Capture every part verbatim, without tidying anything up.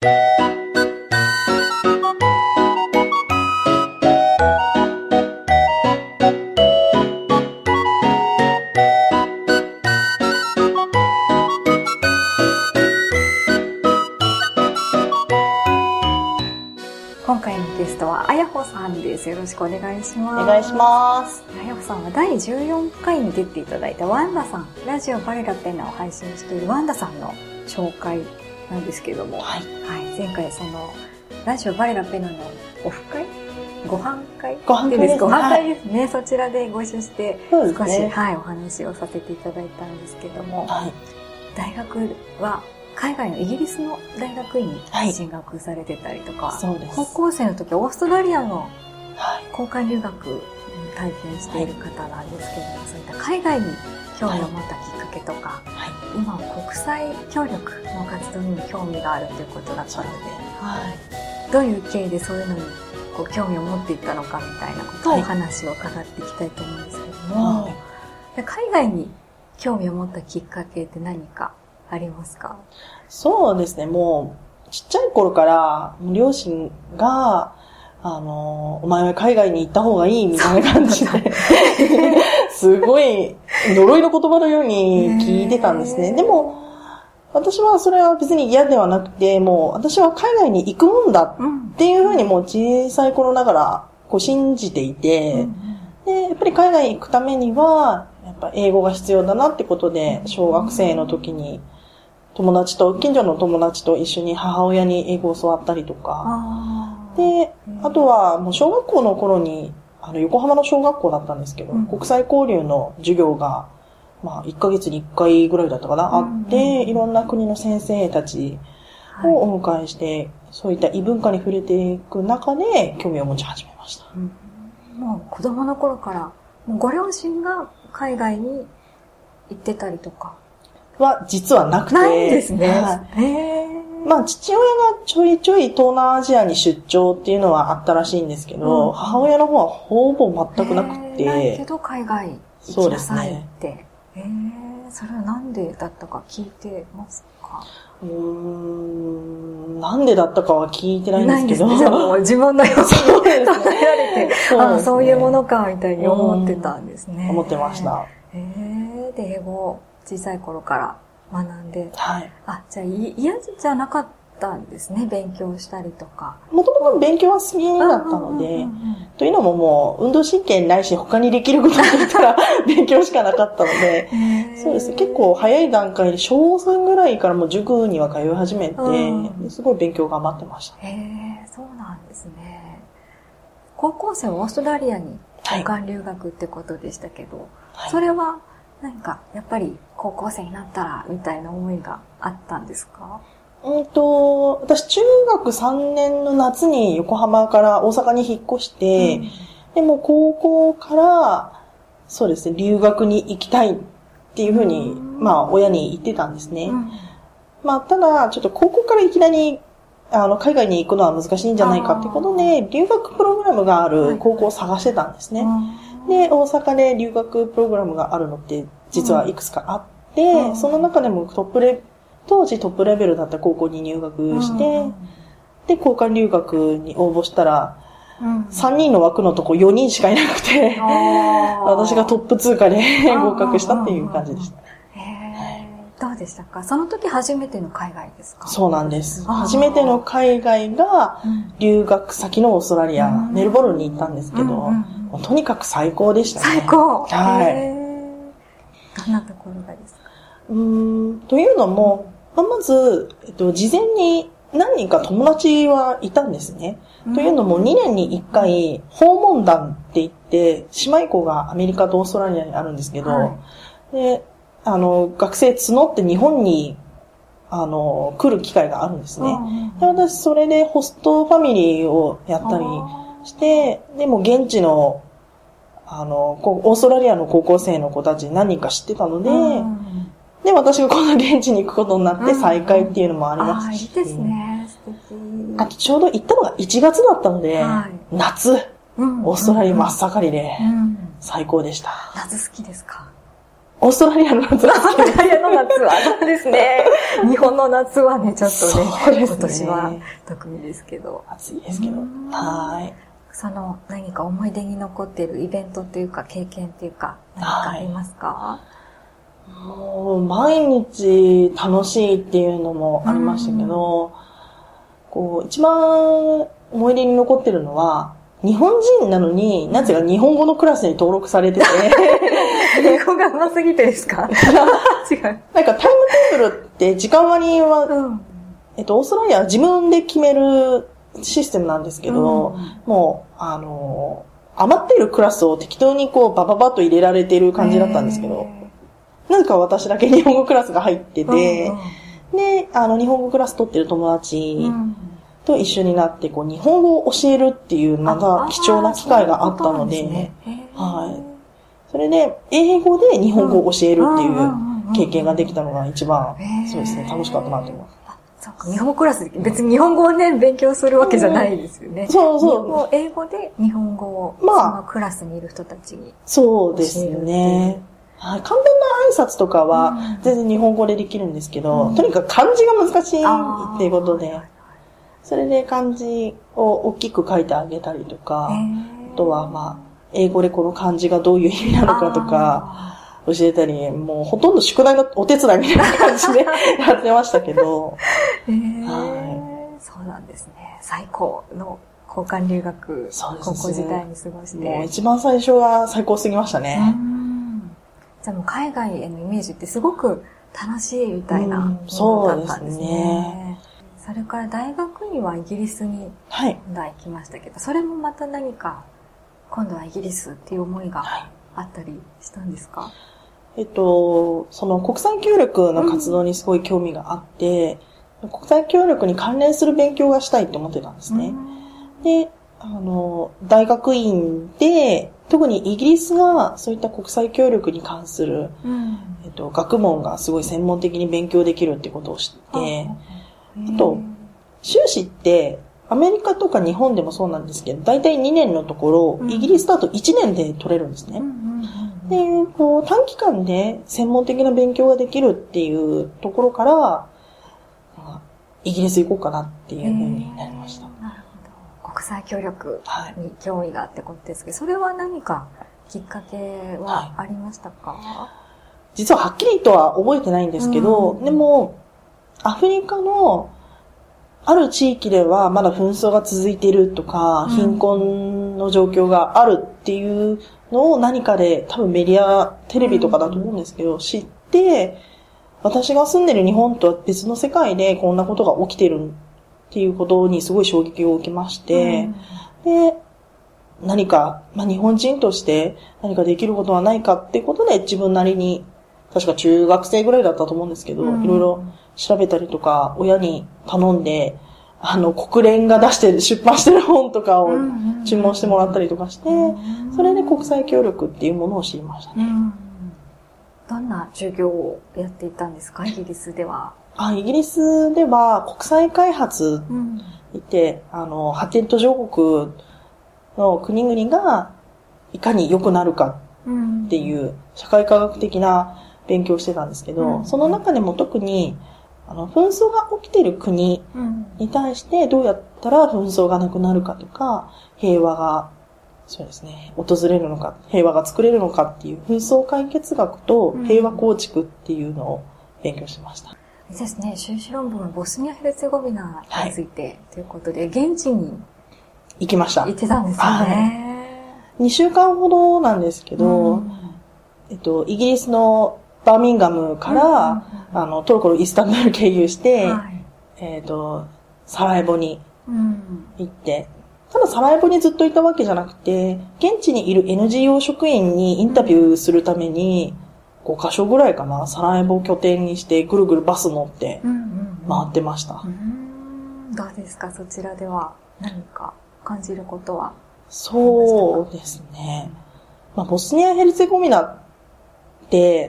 今回のゲストはあやほさんです。よろしくお願いします。 お願いします。 あやほさんはだいじゅうよんかいに出ていただいたワンダさん、ラジオバレラペナを配信しているワンダさんの紹介なんですけども、はい、はい、前回そのラジオバレラペナのオフ会ご飯会ご飯会ですね。 ご飯会ですね、はい。そちらでご一緒して少し、 ね、 はい、お話をさせていただいたんですけども、 はい、 大学は海外のイギリスの大学院に進学されてたりとか、はい、 そうです。 高校生の時オーストラリアの交換留学に体験している方なんですけれども、はい、そういった海外に興味を持ったきっかけとか、はい、今は国際協力の活動にも興味があるということだったので、はい、どういう経緯でそういうのにこう興味を持っていったのかみたいなことをお話を伺っていきたいと思うんですけども、はい、海外に興味を持ったきっかけって何かありますか？ そうですね、もうちっちゃい頃から両親があのお前は海外に行った方がいいみたいな感じですごい呪いの言葉のように聞いてたんですね。でも私はそれは別に嫌ではなくて、もう私は海外に行くもんだっていうふうにもう小さい頃ながらこう信じていて、でやっぱり海外に行くためにはやっぱ英語が必要だなってことで、小学生の時に友達と、近所の友達と一緒に母親に英語を教わったりとか。あで、あとはもう小学校の頃に、あの、横浜の小学校だったんですけど、うん、国際交流の授業が、まあ、いっかげつにいっかいぐらいだったかな、うん、あって、いろんな国の先生たちをお迎えして、はい、そういった異文化に触れていく中で興味を持ち始めました。うん、 もう子供の頃から、もうご両親が海外に行ってたりとかは実はなくて。 ないんですね。 はい、へー。まあ父親がちょいちょい東南アジアに出張っていうのはあったらしいんですけど、うん、母親の方はほぼ全くなくて。 ないけど海外行きなさいって。へえ、それはなんでだったか聞いてますか？ うーん、なんでだったかは聞いてないんですけど。 ないんですね。じゃあもう自分のように捉えられて、そう、ね、ああ、そういうものかみたいに思ってたんですね。 思ってました。 へえ、で英語小さい頃から学んで。 はい。 あ、じゃあ嫌じゃなかったんですね。勉強したりとか。 もともと勉強は好きだったので、というのももう運動神経ないし他にできることって言ったら勉強しかなかったので、そうですね。結構早い段階で小さんぐらいからもう塾には通い始めて、うん、すごい勉強頑張ってました。 へえ、そうなんですね。高校生はオーストラリアに交換留学ってことでしたけど、はい、それは何かやっぱり高校生になったらみたいな思いがあったんですか？ うんと、私中学さんねんの夏に横浜から大阪に引っ越して、うん、でも高校からそうですね、留学に行きたいっていうふうに、うん、まあ親に言ってたんですね。うん、まあただちょっと高校からいきなりあの海外に行くのは難しいんじゃないかってことで、留学プログラムがある高校を探してたんですね。で、大阪で留学プログラムがあるのって実はいくつかあって、うん、その中でもトップレ、当時トップレベルだった高校に入学して、うん、で、交換留学に応募したら、うん、さんにんの枠のとこよにんしかいなくて、私がトップ通過で合格したっていう感じでした。 どうでしたか？その時初めての海外ですか？ そうなんです。初めての海外が留学先のオーストラリア、うん、メルボルンに行ったんですけど、うんうんうん、もうとにかく最高でしたね。 最高。 はい。 どんなところがですか？ うーん、というのも、まあ、まず、えっと、事前に何人か友達はいたんですね。うん、というのもにねんにいっかい訪問団って言って、姉妹校がアメリカとオーストラリアにあるんですけど、はい、であの、学生募って日本に、あの、来る機会があるんですね。で、私、それでホストファミリーをやったりして、でも現地の、あの、オーストラリアの高校生の子たち何人か知ってたので、で、私がこの現地に行くことになって再会っていうのもありますし。 あ、いいですね。素敵。 あと、ちょうど行ったのがいちがつだったので、はい、夏、オーストラリア真っ盛りで、最高でした。 夏好きですか？ オーストラリアの夏はオーストラリアの夏は、そうですね。日本の夏はね、ちょっとね、 そうですね、 今年は特にですけど。 暑いですけど。はい。 その何か思い出に残っているイベントというか経験というか何かありますか？はい、 もう毎日楽しいっていうのもありましたけど、こう一番思い出に残ってるのは日本人なのになぜか日本語のクラスに登録されてて英語が上手すぎてですか？違う。 なんかタイムテーブルって時間割は、うん、えっとオーストラリアは自分で決めるシステムなんですけど、うん、もう、あの、余っているクラスを適当にこう、バババッと入れられている感じだったんですけど、なぜか私だけ日本語クラスが入ってて、うん、で、あの、日本語クラス取ってる友達と一緒になって、こう、日本語を教えるっていう、また貴重な機会があったので、ね、はい。それで、英語で日本語を教えるっていう経験ができたのが一番、そうですね、楽しかったなと思います。 そうか、日本語クラスで、別に日本語をね、勉強するわけじゃないですよね。うん、そうそう。日本英語で日本語を、まあ、そのクラスにいる人たちに。 そうですよね。はい。簡単な挨拶とかは、全然日本語でできるんですけど、うん、とにかく漢字が難しいっていうことで、それで漢字を大きく書いてあげたりとか、あとはまあ、英語でこの漢字がどういう意味なのかとか、教えたり、もうほとんど宿題のお手伝いみたいな感じでやってましたけど。 えーはい、そうなんですね。最高の交換留学、高校時代に過ごして。 もう一番最初は最高すぎましたね。 うんじゃあもう海外へのイメージってすごく楽しいみたいなものだったんですね。そうですね。それから大学にはイギリスに今度は行きましたけど、はい、それもまた何か今度はイギリスっていう思いがあったりしたんですか？はいえっと、その国際協力の活動にすごい興味があって、うん、国際協力に関連する勉強がしたいと思ってたんですね。うん、で、あの、大学院で、特にイギリスがそういった国際協力に関する、うんえっと、学問がすごい専門的に勉強できるってことを知って、あと、修士ってアメリカとか日本でもそうなんですけど、だいたいにねんのところ、イギリスだといちねんで取れるんですね。で、こう、短期間で専門的な勉強ができるっていうところから、イギリス行こうかなっていうふうになりました。 なるほど。国際協力に興味があってことですけど、それは何かきっかけはありましたか？はい、 実ははっきりとは覚えてないんですけど、うん、でも、アフリカのある地域ではまだ紛争が続いているとか、うん、貧困の状況があるっていうのを何かで多分メディア、テレビとかだと思うんですけど、うん、知って、私が住んでる日本とは別の世界でこんなことが起きてるっていうことにすごい衝撃を受けまして、うん、で、何か、まあ、日本人として何かできることはないかっていうことで自分なりに、確か中学生ぐらいだったと思うんですけど、うん、いろいろ調べたりとか、親に頼んで、あの、国連が出して出版してる本とかを注文してもらったりとかして、それで国際協力っていうものを知りましたね。うん、 どんな授業をやっていたんですか、イギリスでは？ あ、イギリスでは国際開発って、うん、あの、発展途上国の国々がいかに良くなるかっていう社会科学的な勉強してたんですけど、うん、その中でも特にあの紛争が起きている国に対してどうやったら紛争がなくなるかとか、平和がそうですね訪れるのか、平和が作れるのかっていう紛争解決学と平和構築っていうのを勉強しました。 うん、ですね、修士論文はボスニア・ヘルツェゴビナについて、はい、ということで現地に行きました。 行ってたんですよね。 はい、にしゅうかんほどなんですけど、うん、えっとイギリスのバーミンガムから、うんうんうん、あの、トルコのイスタンブール経由して、はい、えっと、サラエボに行って、うん、ただサラエボにずっといたわけじゃなくて、現地にいる エヌジーオー 職員にインタビューするために、ごカ所ぐらいかな、サラエボを拠点にしてぐるぐるバス乗って回ってました。うんうんうん、どうですか、そちらでは何か感じることは？ そうですね。まあ、ボスニア・ヘルツェゴビナって、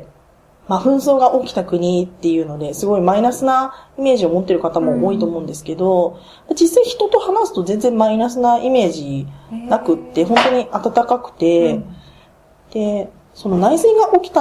まあ、紛争が起きた国っていうので、すごいマイナスなイメージを持ってる方も多いと思うんですけど、うん、実際人と話すと全然マイナスなイメージなくって、本当に温かくて、うん、で、その内戦が起きたのっ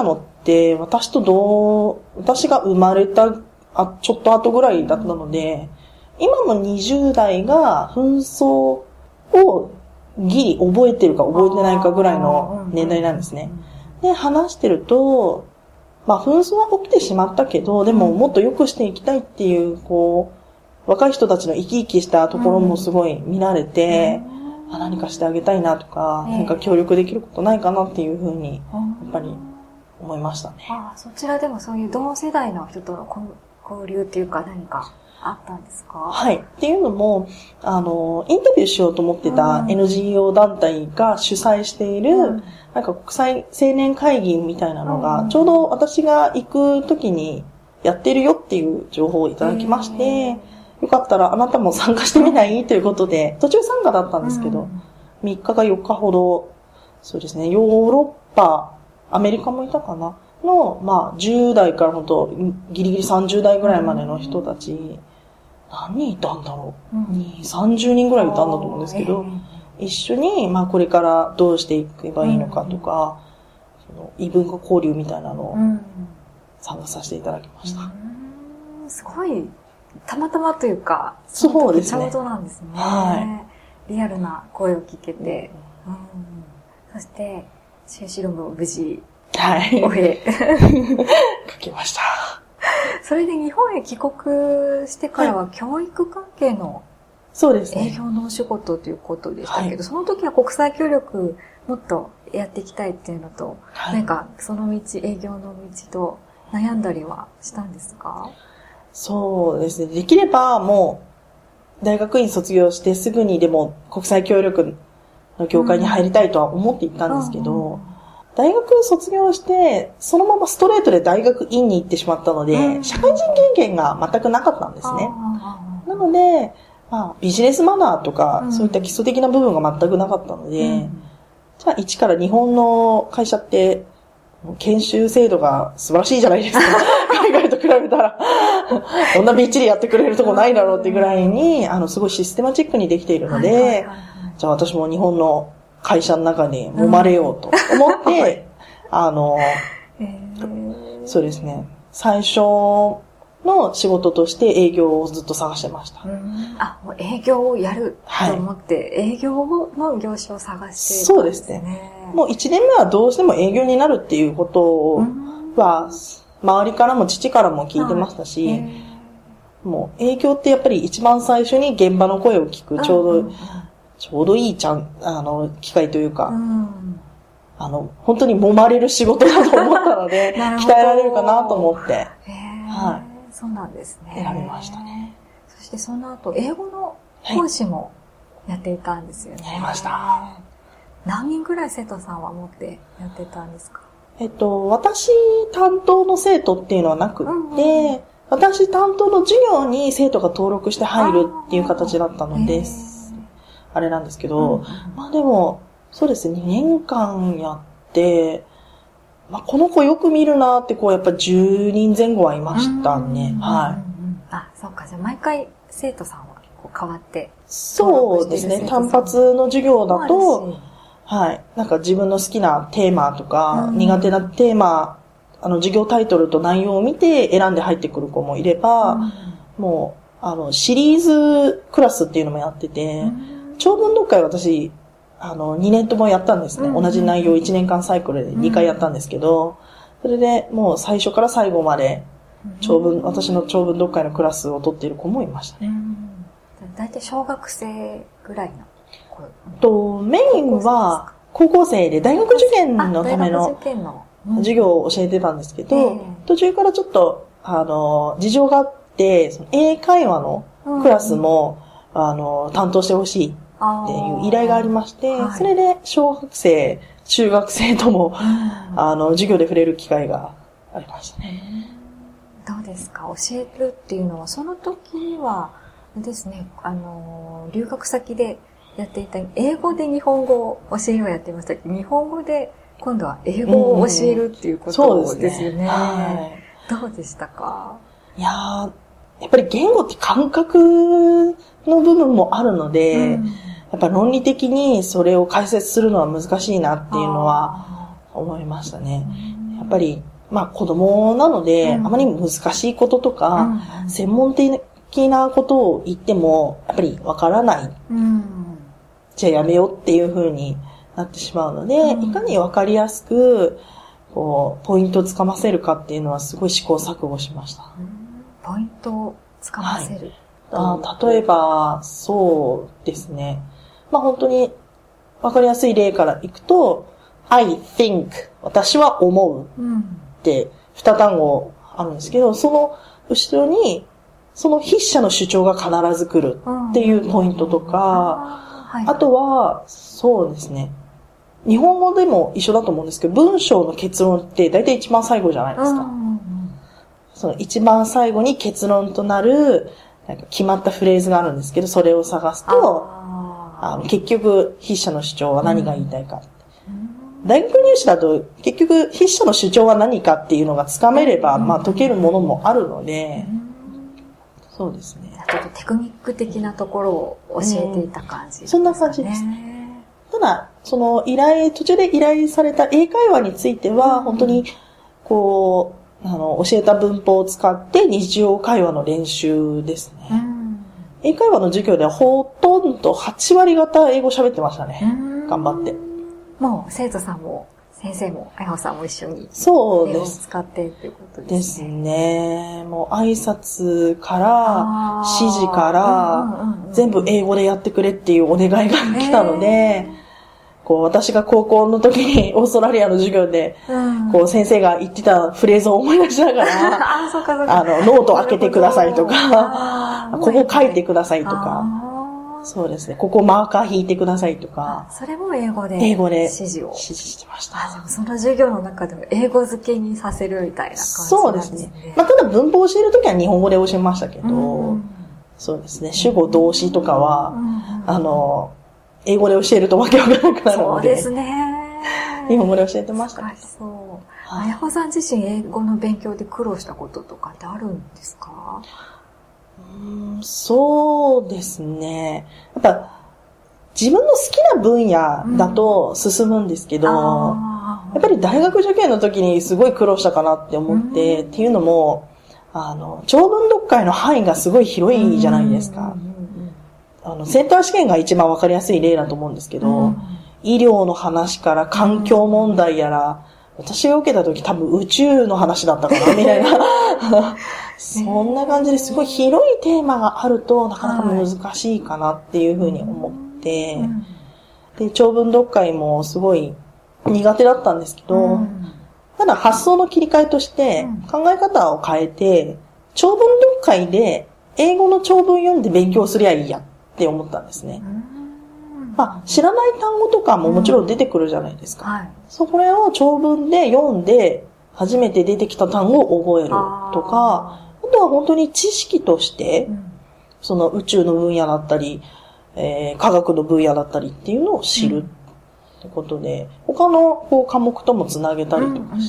て、私と同、私が生まれた、あ、ちょっと後ぐらいだったので、今のにじゅう代が紛争をギリ覚えてるか覚えてないかぐらいの年代なんですね。で、話してると、まあ紛争は起きてしまったけど、でももっと良くしていきたいっていう、こう、若い人たちの生き生きしたところもすごい見られて、あ、何かしてあげたいなとか、何か協力できることないかなっていうふうに、やっぱり思いましたね。 ああ、そちらでもそういう同世代の人との交流っていうか何かあったんですか？ はい。っていうのも、あの、インタビューしようと思ってた エヌジーオー 団体が主催している、うん、なんか国際青年会議みたいなのが、ちょうど私が行く時にやってるよっていう情報をいただきまして、よかったらあなたも参加してみないということで、途中参加だったんですけど、みっかかよっかほど、そうですね、ヨーロッパ、アメリカもいたかなの、まあ、じゅう代から本当ギリギリさんじゅう代ぐらいまでの人たち、何人いたんだろう、うん、にじゅう、さんじゅうにんぐらいいたんだと思うんですけど、一緒に、まあ、これからどうしていけばいいのかとか、その異文化交流みたいなのを参加させていただきました。うんうん、すごい、たまたまというか、 そうですね。 ちょうどなんですね。 はい。 リアルな声を聞けて、うんうん、そして、修士論文を無事、 はい。 終え。 書きました。 それで日本へ帰国してからは教育関係のそうですね。 営業のお仕事ということでしたけど、はい、その時は国際協力もっとやっていきたいっていうのと、はい、なんかその道、営業の道と悩んだりはしたんですか？ そうですね。できればもう大学院卒業してすぐにでも国際協力の業界に入りたいとは思っていたんですけど、うんうん、大学卒業してそのままストレートで大学院に行ってしまったので、うん、社会人経験が全くなかったんですね。なので、まあ、ビジネスマナーとか、うん、そういった基礎的な部分が全くなかったので、うん、じゃあ一から日本の会社って研修制度が素晴らしいじゃないですか。海外と比べたら、こんなびっちりやってくれるとこないだろうってぐらいに、あの、すごいシステマチックにできているので、じゃあ私も日本の会社の中に揉まれようと思って、うん、あの、そうですね、最初の仕事として営業をずっと探してました。 うん、あ、もう営業をやると思って、はい、営業の業種を探してたんですね。そうですね。もういちねんめはどうしても営業になるっていうことは、周りからも父からも聞いてましたし、もう営業ってやっぱり一番最初に現場の声を聞く、ちょうど、ちょうどいいちゃん、あの、機会というか、あの、本当に揉まれる仕事だと思ったので、鍛えられるかなと思って、 はい。そうなんですね。 選びましたね。 そしてその後、英語の講師もやっていたんですよね。 やりました。 何人ぐらい生徒さんは持ってやってたんですか？ えっと、私担当の生徒っていうのはなくって、うんうん、私担当の授業に生徒が登録して入るっていう形だったのです。あれなんですけど、うんうん、まあでも、そうですね、にねんかんやって、まあこの子よく見るなってこうやっぱじゅうにんぜん後はいましたね。はい。 あ、そうか。じゃあ毎回生徒さんはこう変わって。 そうですね。単発の授業だと、はい。なんか自分の好きなテーマとか、うん、苦手なテーマ、あの、授業タイトルと内容を見て選んで入ってくる子もいれば、うん、もう、あの、シリーズクラスっていうのもやってて、うん、長文読解私、あの、にねんともやったんですね。うん、同じ内容いちねんかんサイクルでにかいやったんですけど、それでもう最初から最後まで、長文、私の長文読解のクラスを取っている子もいましたね。 だいたい小学生ぐらいのと、メインは高校生で大学受験のための授業を教えてたんですけど、うん、途中からちょっと、あの、事情があって、その英会話のクラスも、うん、あの、担当してほしいっていう依頼がありまして、それで小学生、中学生とも、うん、あの、授業で触れる機会がありましたね。 どうですか？教えるっていうのは、その時にはですね、あの、留学先でやっていた、英語で日本語を教えるをやっていましたけど、日本語で今度は英語を教えるっていうことですよね。うん、ね、はい、どうでしたか？ いやー、やっぱり言語って感覚の部分もあるので、うん、やっぱ論理的にそれを解説するのは難しいなっていうのは思いましたね。やっぱりまあ子供なので、うん、あまり難しいこととか、うん、専門的なことを言っても、やっぱりわからない。うん、じゃあやめようっていう風になってしまうので、うん、いかにわかりやすく、こう、ポイントをつかませるかっていうのはすごい試行錯誤しました。 うん、ポイントをつかませる、 はい、あ例えば、そうですね。まあ本当にわかりやすい例からいくと、I think 私は思うって二単語あるんですけど、その後ろにその筆者の主張が必ず来るっていうポイントとか、あとはそうですね。日本語でも一緒だと思うんですけど、文章の結論って大体一番最後じゃないですか。その一番最後に結論となるなんか決まったフレーズがあるんですけど、それを探すと、あの結局筆者の主張は何が言いたいか。大学入試だと結局筆者の主張は何かっていうのがつかめれば、まあ解けるものもあるので、そうですね。 ちょっとテクニック的なところを教えていた感じですかね。 そんな感じですね。ただ、その依頼、途中で依頼された英会話については、本当にこう、あの、教えた文法を使って日常会話の練習ですね。英会話の授業ではほとんどはち割方英語喋ってましたね。頑張って。 もう生徒さんも先生もあやほさんも一緒にそうです。 英語を使ってっていうことですね。 ですね。もう挨拶から指示から全部英語でやってくれっていうお願いが来たので、こう私が高校の時にオーストラリアの授業で、こう先生が言ってたフレーズを思い出しながら、 あそうかそうかあのノート開けてくださいとか、ここ書いてくださいとか。そうですね。ここマーカー引いてくださいとか。 それも英語で。 英語で。 指示を。 指示してました。 あ、でもその授業の中でも英語付けにさせるみたいな感じなんですね。 そうですね。まあ、ただ文法を教えるときは日本語で教えましたけど、うん、そうですね。主語動詞とかは、うん、あの、英語で教えるとわけわからなくなるので。 そうですね。 日本語で教えてましたけど。 そう。あやほさん自身英語の勉強で苦労したこととかってあるんですか？ うん、そうですね。やっぱ自分の好きな分野だと進むんですけど、うん、やっぱり大学受験の時にすごい苦労したかなって思って、うん、っていうのも、あの、長文読解の範囲がすごい広いじゃないですか。あの、センター試験が一番わかりやすい例だと思うんですけど、うん、医療の話から環境問題やら、私が受けた時多分宇宙の話だったかな、みたいな。そんな感じですごい広いテーマがあるとなかなか難しいかなっていうふうに思って、はい、で、長文読解もすごい苦手だったんですけど、うん、ただ発想の切り替えとして考え方を変えて、長文読解で英語の長文読んで勉強すりゃいいやって思ったんですね。うんまあ、知らない単語とかももちろん出てくるじゃないですか。うんはい、それを長文で読んで初めて出てきた単語を覚えるとか、あとは本当に知識として、うん、その宇宙の分野だったり、えー、科学の分野だったりっていうのを知るってことで、うん、他のこう科目ともつなげたりとかして、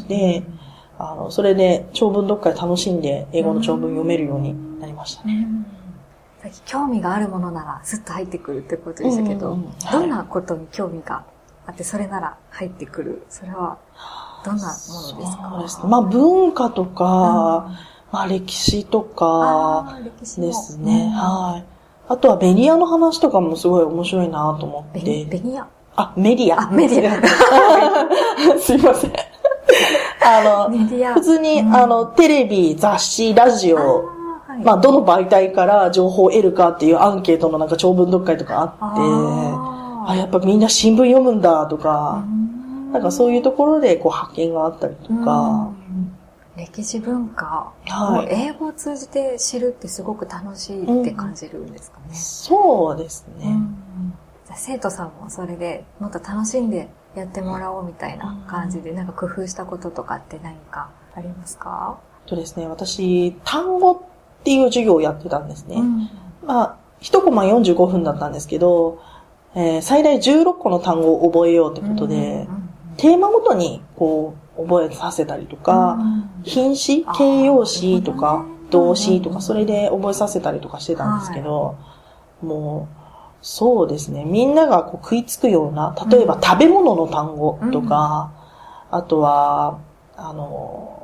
うん、あのそれで長文読解楽しんで英語の長文読めるようになりましたね。うんさっき興味があるものならスッと入ってくるってことでしたけど、うんうんはい、どんなことに興味があってそれなら入ってくる、それはどんなものですか？ そうですね。まあ文化とか、うん、まあ歴史とかですね。はい。あとはメディアの話とかもすごい面白いなと思って。 ベ, ベニアあ、メディア。 あ、メディア。 すいません。あの、メディア普通に、うん、あの、テレビ、雑誌、ラジオ、まあ、どの媒体から情報を得るかっていうアンケートのなんか長文読解とかあって、ああ、やっぱみんな新聞読むんだとか、なんかそういうところでこう発見があったりとか。 歴史文化を英語を通じて知るってすごく楽しいって感じるんですかね。うん、 そうですね。うん、 じゃあ生徒さんもそれでもっと楽しんでやってもらおうみたいな感じで、なんか工夫したこととかって何かありますか？ とですね、私、単語っていう授業をやってたんですね。うん、まあ、一コマよんじゅうごふんだったんですけど、えー、最大じゅうろっこの単語を覚えようってことで、うんうんうん、テーマごとにこう覚えさせたりとか、うん、品詞、形容詞とか、動詞とか、それで覚えさせたりとかしてたんですけど、はい、もう、そうですね、みんながこう食いつくような、例えば食べ物の単語とか、うん、あとは、あの、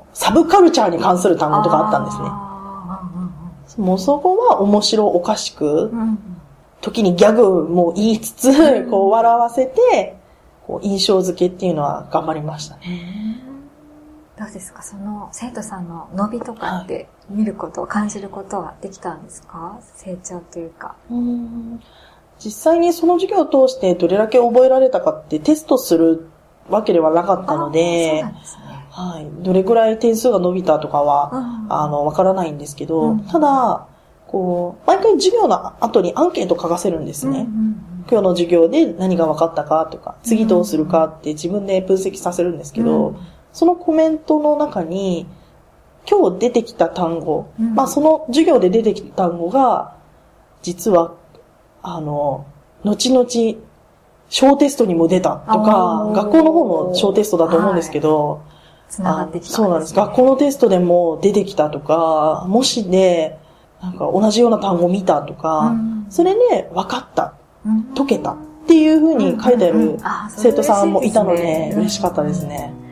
サブカルチャーに関する単語とかあったんですね。もうそこは面白おかしく、うん、時にギャグも言いつつ、うん、こう笑わせて、こう印象付けっていうのは頑張りましたね。 どうですか、その生徒さんの伸びとかって見ること、はい、感じることはできたんですか？成長というか。 うーん、実際にその授業を通してどれだけ覚えられたかってテストするわけではなかったので、そうなんですね。はい。どれぐらい点数が伸びたとかは、うん、あの、わからないんですけど、うん、ただ、こう、毎回授業の後にアンケート書かせるんですね。うんうんうん、今日の授業で何が分かったかとか、次どうするかって自分で分析させるんですけど、うん、そのコメントの中に、今日出てきた単語、うん、まあその授業で出てきた単語が、実は、あの、後々、小テストにも出たとか、学校の方の小テストだと思うんですけど、はいつながってきた、ね、 そうなんです。学校のテストでも出てきたとか、もしね、なんか同じような単語見たとか、うん、それで分かった、うん、解けたっていう風に書いてある生徒さんもいたので、嬉しかったですね。